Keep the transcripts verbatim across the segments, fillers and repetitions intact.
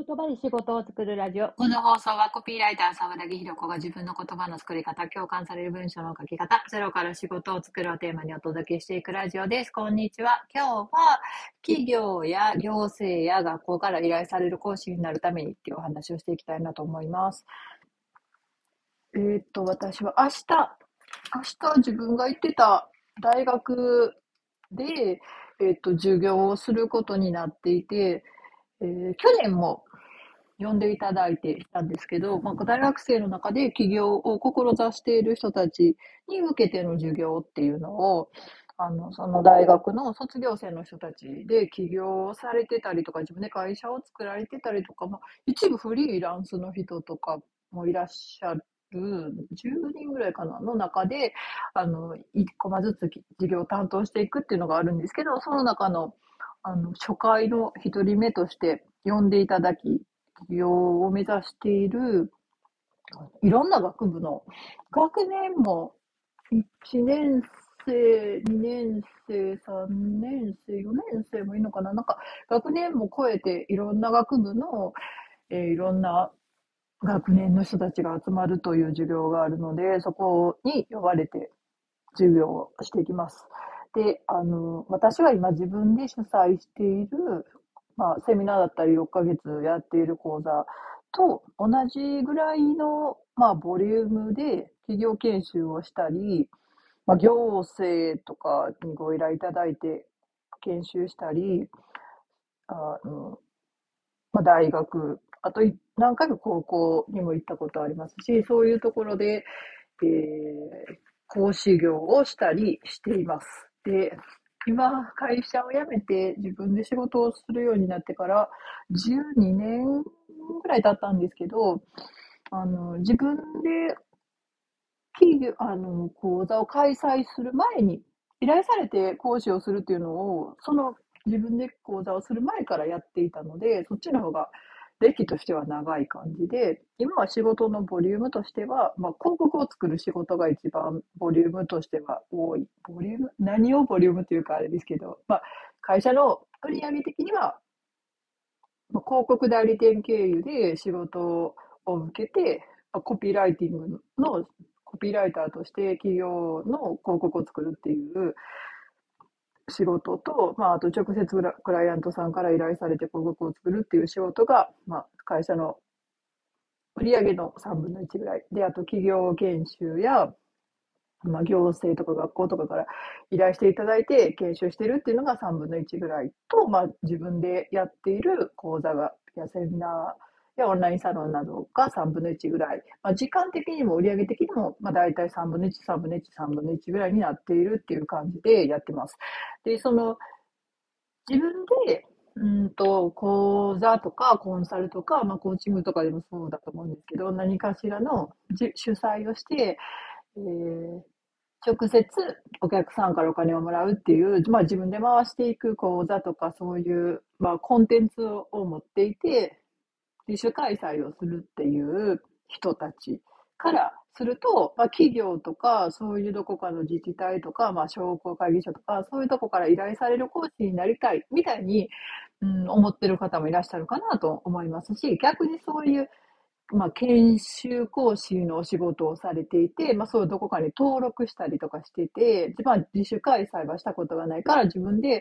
言葉で仕事を作るラジオ。 この放送はコピーライター沢田ひろ子が自分の言葉の作り方、共感される文章の書き方、ゼロから仕事を作るをテーマにお届けしていくラジオです。こんにちは。今日は企業や行政や学校から依頼される講師になるためにっていうお話をしていきたいなと思います。えーっと、私は明日、明日自分が行ってた大学で、えーっと、授業をすることになっていて、えー去年も呼んでいただいていたんですけど、まあ、大学生の中で起業を志している人たちに向けての授業っていうのを、あの、その大学の卒業生の人たちで起業されてたりとか、自分で会社を作られてたりとか、まあ、一部フリーランスの人とかもいらっしゃる、じゅうにんぐらいかな、の中で、あの、いっコマずつ事業を担当していくっていうのがあるんですけど、その中の、あの、初回の一人目として呼んでいただき、起業を目指している、いろんな学部の、学年もいちねん生、にねん生、さんねん生、よねん生もいいのかな、なんか学年も超えていろんな学部の、えーいろんな学年の人たちが集まるという授業があるので、そこに呼ばれて授業をしていきます。で、あの、私は今自分で主催している、まあ、セミナーだったりろっかげつやっている講座と同じぐらいの、まあ、ボリュームで企業研修をしたり、まあ、行政とかにご依頼いただいて研修したり、あの、まあ、大学、あとい何回か高校にも行ったことありますし、そういうところで、えー講師業をしたりしています。で、今、会社を辞めて自分で仕事をするようになってからじゅうにねんぐらい経ったんですけど、あの、自分で企業、あの、講座を開催する前に、依頼されて講師をするっていうのを、その自分で講座をする前からやっていたので、そっちの方が歴としては長い感じで、今は仕事のボリュームとしては、まあ、広告を作る仕事が一番ボリュームとしては多い。ボリューム何をボリュームというかあれですけど、まあ、会社の売上的には、まあ、広告代理店経由で仕事を受けて、まあ、コピーライティングのコピーライターとして企業の広告を作るっていう仕事と、まあ、あと直接クライアントさんから依頼されて広告を作るっていう仕事が、まあ、会社の売上のさんぶんのいちぐらいで、あと企業研修や、まあ、行政とか学校とかから依頼していただいて研修してるっていうのがさんぶんのいちぐらいと、まあ、自分でやっている講座が、やセミナーやオンラインサロンなどがさんぶんのいちぐらい、まあ、時間的にも売上的にも、まあ、大体さんぶんのいち、さんぶんのいち、さんぶんのいちぐらいになっているっていう感じでやってます。で、その自分で、うんと、講座とかコンサルとか、まあ、コーチングとかでもそうだと思うんですけど、何かしらのじ主催をして、えー直接お客さんからお金をもらうっていう、まあ、自分で回していく講座とかそういう、まあ、コンテンツを持っていて自主開催をするっていう人たちからすると、まあ、企業とかそういうどこかの自治体とか、まあ、商工会議所とかそういうとこから依頼される講師になりたいみたいに、うん、思ってる方もいらっしゃるかなと思いますし、逆にそういうまあ、研修講師のお仕事をされていて、まあ、そういうどこかに登録したりとかしてて、まあ、自主開催はしたことがないから、自分で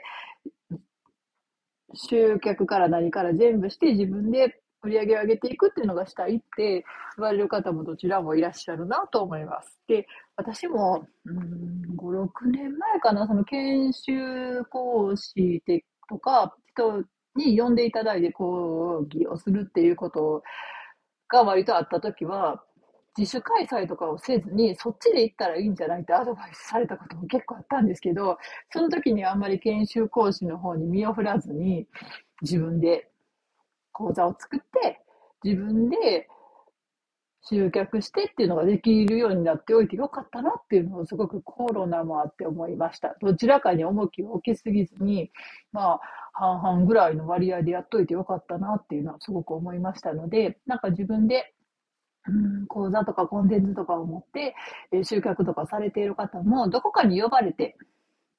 集客から何から全部して自分で売り上げを上げていくっていうのがしたいって言われる方もどちらもいらっしゃるなと思います。で、私も、うん、ご、ろくねんまえかな、その研修講師でとか、人に呼んでいただいて講義をするっていうことが割とあった時は、自主開催とかをせずに、そっちで行ったらいいんじゃないってアドバイスされたことも結構あったんですけど、その時にあんまり研修講師の方に身を振らずに、自分で講座を作って、自分で集客してっていうのができるようになっておいてよかったなっていうのをすごくコロナもあって思いました。どちらかに重きを置きすぎずに、まあ、半々ぐらいの割合でやっといてよかったなっていうのはすごく思いましたので、なんか自分でうん、講座とかコンテンツとかを持って、えー集客とかされている方も、どこかに呼ばれて、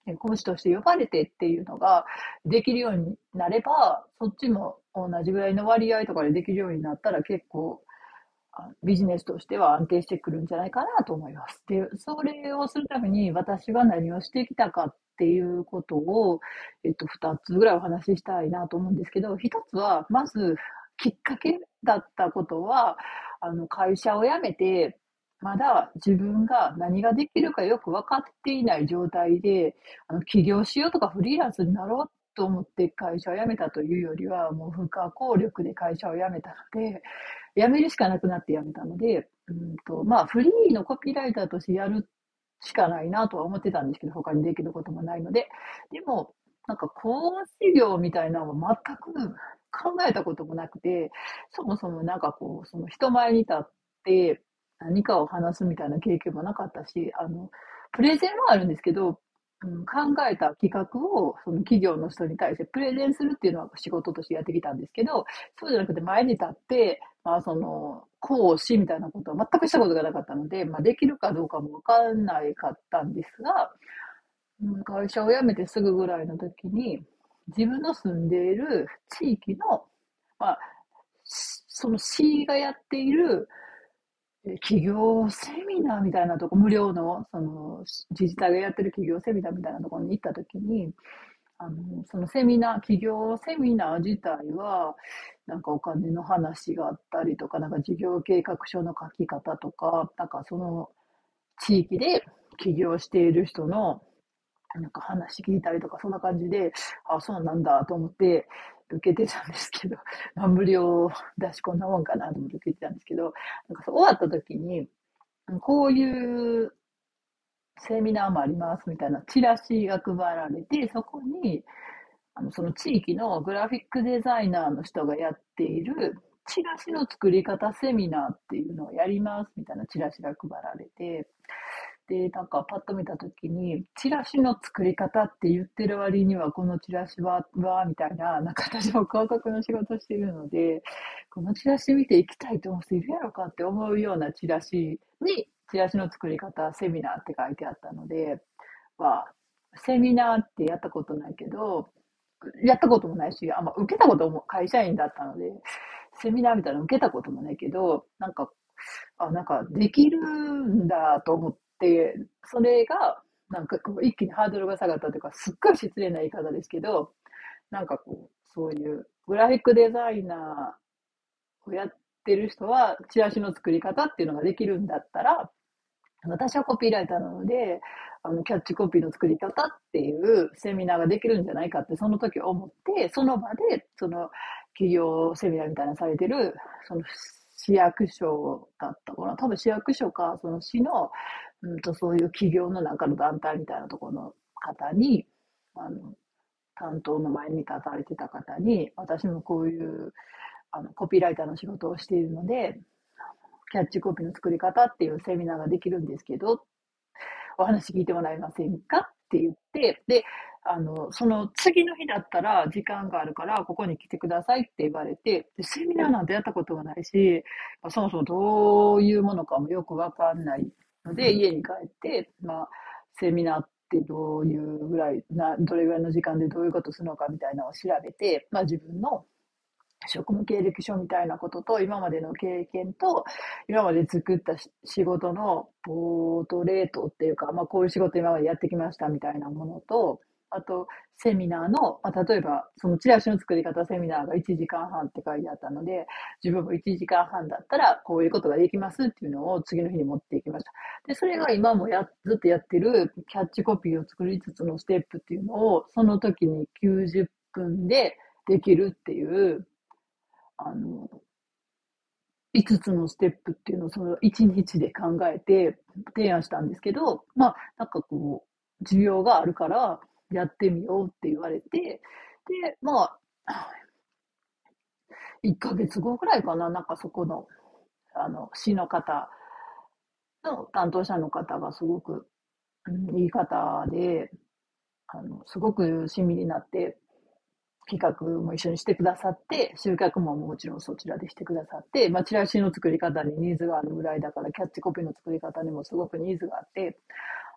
講師として呼ばれてっていうのができるようになれば、そっちも同じぐらいの割合とかでできるようになったら結構あビジネスとしては安定してくるんじゃないかなと思います。で、それをするために私が何をしてきたかっていうことを、えっと、二つぐらいお話ししたいなと思うんですけど、一つは、まず、きっかけだったことは、あの、会社を辞めて、まだ自分が何ができるかよく分かっていない状態で、あの、起業しようとかフリーランスになろうと思って会社を辞めたというよりは、もう不可抗力で会社を辞めたので、辞めるしかなくなって辞めたので、うんと、まあ、フリーのコピーライターとしてやるしかないなとは思ってたんですけど、他にできることもないので。でも、なんか講師業みたいなのは全く考えたこともなくて、そもそもなんかこう、その人前に立って何かを話すみたいな経験もなかったし、あの、プレゼンはあるんですけど、うん、考えた企画をその企業の人に対してプレゼンするっていうのは仕事としてやってきたんですけど、そうじゃなくて前に立って、まあその、講師みたいなことは全くしたことがなかったので、まあできるかどうかもわかんないかったんですが、うん、会社を辞めてすぐぐらいの時に、自分の住んでいる地域の、まあ、その市がやっている企業セミナーみたいなとこ、無料の、その、自治体がやってる企業セミナーみたいなところに行った時に、あの、そのセミナー、企業セミナー自体は、なんかお金の話があったりとか、なんか事業計画書の書き方とか、なんかその地域で起業している人のなんか話聞いたりとか、そんな感じで、あ、そうなんだと思って受けてたんですけど、まあ、無料だしこんなもんかなと思って受けてたんですけど、なんかそう終わった時に、こういうセミナーもありますみたいなチラシが配られて、そこに、あの、その地域のグラフィックデザイナーの人がやっているチラシの作り方セミナーっていうのをやりますみたいなチラシが配られて、で、なんかパッと見たときに、チラシの作り方って言ってる割には、このチラシは、わーみたいな、なんか私も広告の仕事しているので、このチラシ見ていきたいと思う人いるやろかって思うようなチラシに、チラシの作り方セミナーって書いてあったので、は、セミナーってやったことないけど、やったこともないし、あんま受けたことも会社員だったので、セミナーみたいなの受けたこともないけど、なんかあ、なんかできるんだと思って、それが、なんかこう一気にハードルが下がったというか、すっごい失礼な言い方ですけど、なんかこう、そういうグラフィックデザイナーをやってる人は、チラシの作り方っていうのができるんだったら、私はコピーライターなので、あの、キャッチコピーの作り方っていうセミナーができるんじゃないかって、その時思って、その場で、その、企業セミナーみたいなのされてる、その、市役所だったかな。多分市役所か、その市の、うんと、そういう企業の中の団体みたいなところの方に、あの、担当の前に立たれてた方に、私もこういう、あの、コピーライターの仕事をしているので、キャッチコピーの作り方っていうセミナーができるんですけど、お話聞いてもらえませんかって言って、で、あの、その次の日だったら時間があるからここに来てくださいって言われて、でセミナーなんてやったことがないし、そもそもどういうものかもよくわかんないので、家に帰って、まあ、セミナーってどういうぐらい、な、どれぐらいの時間でどういうことするのかみたいなのを調べて、まあ自分の職務経歴書みたいなことと、今までの経験と、今まで作った仕事のポートレートっていうか、まあこういう仕事今までやってきましたみたいなものと、あと、セミナーの、まあ、例えば、そのチラシの作り方セミナーがいちじかんはんって書いてあったので、自分もいちじかんはんだったら、こういうことができますっていうのを次の日に持っていきました。で、それが今もや、ずっとやってるキャッチコピーを作りつつのステップっていうのを、その時にきゅうじゅっぷんでできるっていう、あの、いつつのステップっていうのをそのいちにちで考えて提案したんですけど、まあ、なんかこう、需要があるからやってみようって言われて、で、まあ、いっかげつごぐらいかな、なんかそこの、あの、市の方の担当者の方がすごく、うん、いい方で、あの、すごく親身になって、企画も一緒にしてくださって、集客ももちろんそちらでしてくださって、まあ、チラシの作り方にニーズがあるぐらいだから、キャッチコピーの作り方にもすごくニーズがあって、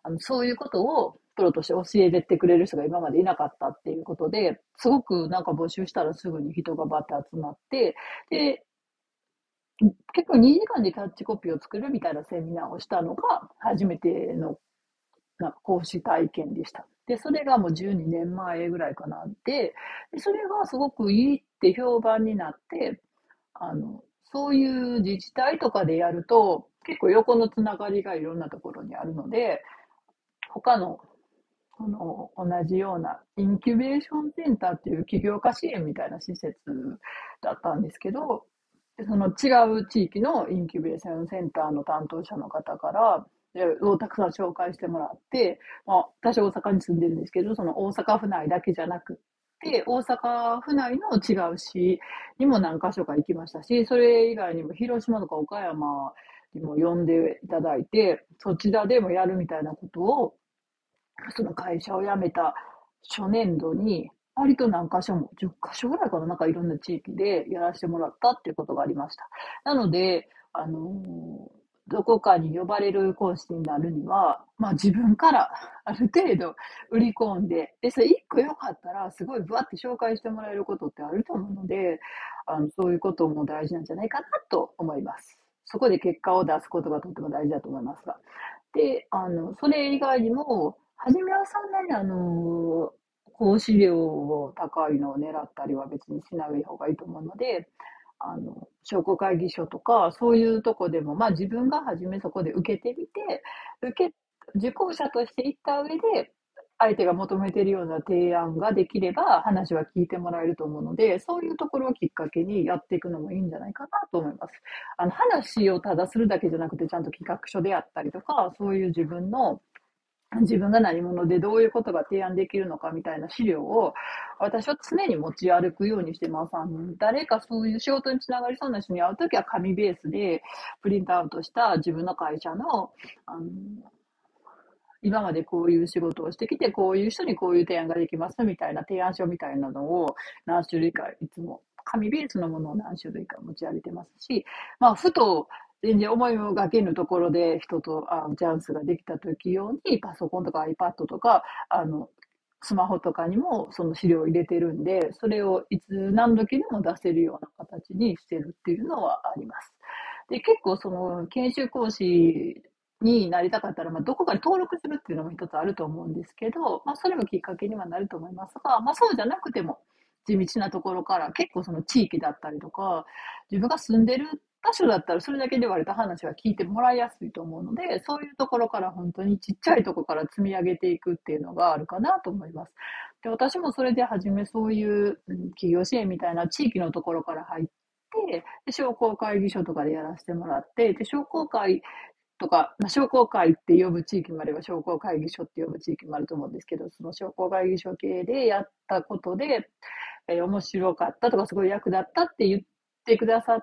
あの、そういうことをプロとして教えてってくれる人が今までいなかったっていうことで、すごくなんか募集したらすぐに人がバッて集まって、で、結構にじかんでキャッチコピーを作るみたいなセミナーをしたのが初めてのなんか講師体験でした。で、それがもうじゅうにねんまえぐらいかなで、でそれがすごくいいって評判になって、あの、そういう自治体とかでやると、結構横のつながりがいろんなところにあるので、他の、その、同じようなインキュベーションセンターっていう起業家支援みたいな施設だったんですけど、その違う地域のインキュベーションセンターの担当者の方から、をたくさん紹介してもらって、まあ、私大阪に住んでるんですけど、その大阪府内だけじゃなくて、大阪府内の違う市にも何箇所か行きましたし、それ以外にも広島とか岡山にも呼んでいただいて、そちらでもやるみたいなことを、その会社を辞めた初年度に、割と何箇所も、じゅっ箇所ぐらいかな、なんかいろんな地域でやらせてもらったっていうことがありました。なので、あのーどこかに呼ばれる講師になるには、まあ自分からある程度売り込んで、で、それ一個良かったら、すごいぶわって紹介してもらえることってあると思うので、あの、そういうことも大事なんじゃないかなと思います。そこで結果を出すことがとっても大事だと思いますが。で、あの、それ以外にも、初めはそんなにあの、講師料を高いのを狙ったりは別にしない方がいいと思うので、あの、商工会議所とか、そういうとこでも、まあ自分が初めそこで受けてみて、受け、受講者として行った上で、相手が求めているような提案ができれば話は聞いてもらえると思うので、そういうところをきっかけにやっていくのもいいんじゃないかなと思います。あの、話をただするだけじゃなくて、ちゃんと企画書であったりとか、そういう自分の自分が何者でどういうことが提案できるのかみたいな資料を私は常に持ち歩くようにしてます。あの誰かそういう仕事につながりそうな人に会うときは紙ベースでプリントアウトした自分の会社の、あの今までこういう仕事をしてきて、こういう人にこういう提案ができますみたいな提案書みたいなのを何種類かいつも紙ベースのものを何種類か持ち歩いてますし、まあ、ふと全然思いもがけぬところで人と会うチャンスができた時用にパソコンとか iPad とか、あの、スマホとかにもその資料を入れてるんで、それをいつ何時でも出せるような形にしてるっていうのはあります。で、結構その研修講師になりたかったら、まあ、どこかに登録するっていうのも一つあると思うんですけど、まあ、それもきっかけにはなると思いますが、まあ、そうじゃなくても、地道なところから結構その地域だったりとか、自分が住んでる場所だったらそれだけで割と話は聞いてもらいやすいと思うので、そういうところから本当にちっちゃいところから積み上げていくっていうのがあるかなと思います。で、私もそれで初めそういう、うん、企業支援みたいな地域のところから入って、で商工会議所とかでやらせてもらって、で商工会とか、まあ、商工会って呼ぶ地域もあれば商工会議所って呼ぶ地域もあると思うんですけど、その商工会議所系でやったことで、えー面白かったとかすごい役立ったって言ってくださって、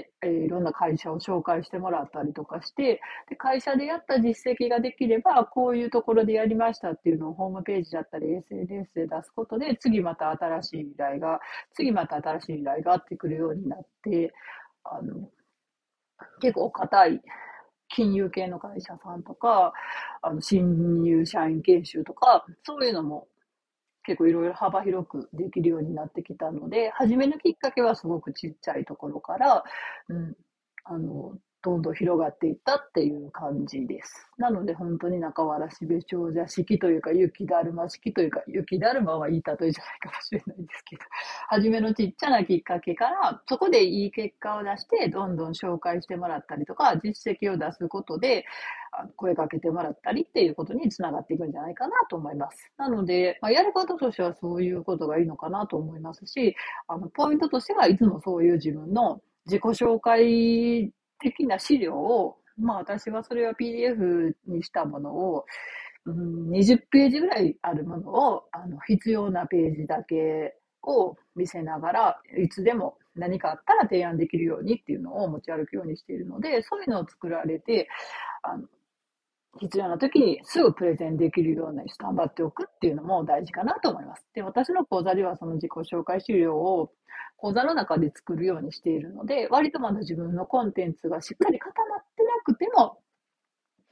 えーいろんな会社を紹介してもらったりとかして、で会社でやった実績ができれば、こういうところでやりましたっていうのをホームページだったり エスエヌエス で出すことで、次また新しい依頼が、次また新しい依頼があってくるようになって、あの、結構硬い金融系の会社さんとか、あの、新入社員研修とか、そういうのも結構いろいろ幅広くできるようになってきたので、初めのきっかけはすごくちっちゃいところから、うん、あの、どんどん広がっていったっていう感じです。なので本当に中原しべ長者式というか、雪だるま式というか、雪だるまはいい例えじゃないかもしれないんですけど、初めのちっちゃなきっかけから、そこでいい結果を出して、どんどん紹介してもらったりとか、実績を出すことで、声かけてもらったりっていうことにつながっていくんじゃないかなと思います。なので、まあ、やることとしてはそういうことがいいのかなと思いますし、あの、ポイントとしてはいつもそういう自分の自己紹介的な資料を、まあ私はそれは ピーディーエフ にしたものを、うん、にじゅっページぐらいあるものを、あの、必要なページだけを見せながら、いつでも何かあったら提案できるようにっていうのを持ち歩くようにしているので、そういうのを作られて、あの、必要な時にすぐプレゼンできるようなスタンバっておくっていうのも大事かなと思います。で、私の講座ではその自己紹介資料を講座の中で作るようにしているので、割とまだ自分のコンテンツがしっかり固まってなくても、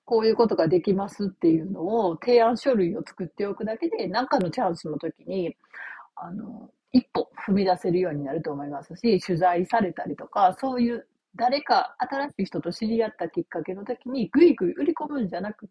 こういうことができますっていうのを提案書類を作っておくだけで、何かのチャンスの時に、あの、一歩踏み出せるようになると思いますし、取材されたりとか、そういう誰か新しい人と知り合ったきっかけの時にぐいぐい売り込むんじゃなくって、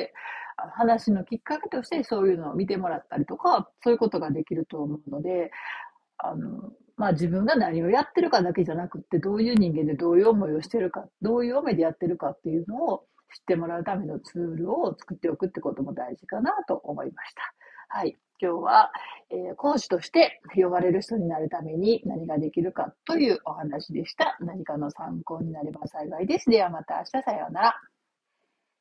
話のきっかけとしてそういうのを見てもらったりとか、そういうことができると思うので、あの、まあ自分が何をやってるかだけじゃなくって、どういう人間でどういう思いをしてるか、どういう思いでやってるかっていうのを知ってもらうためのツールを作っておくってことも大事かなと思いました。はい。今日は、えー講師として呼ばれる人になるために何ができるかというお話でした。何かの参考になれば幸いです。ではまた明日、さようなら。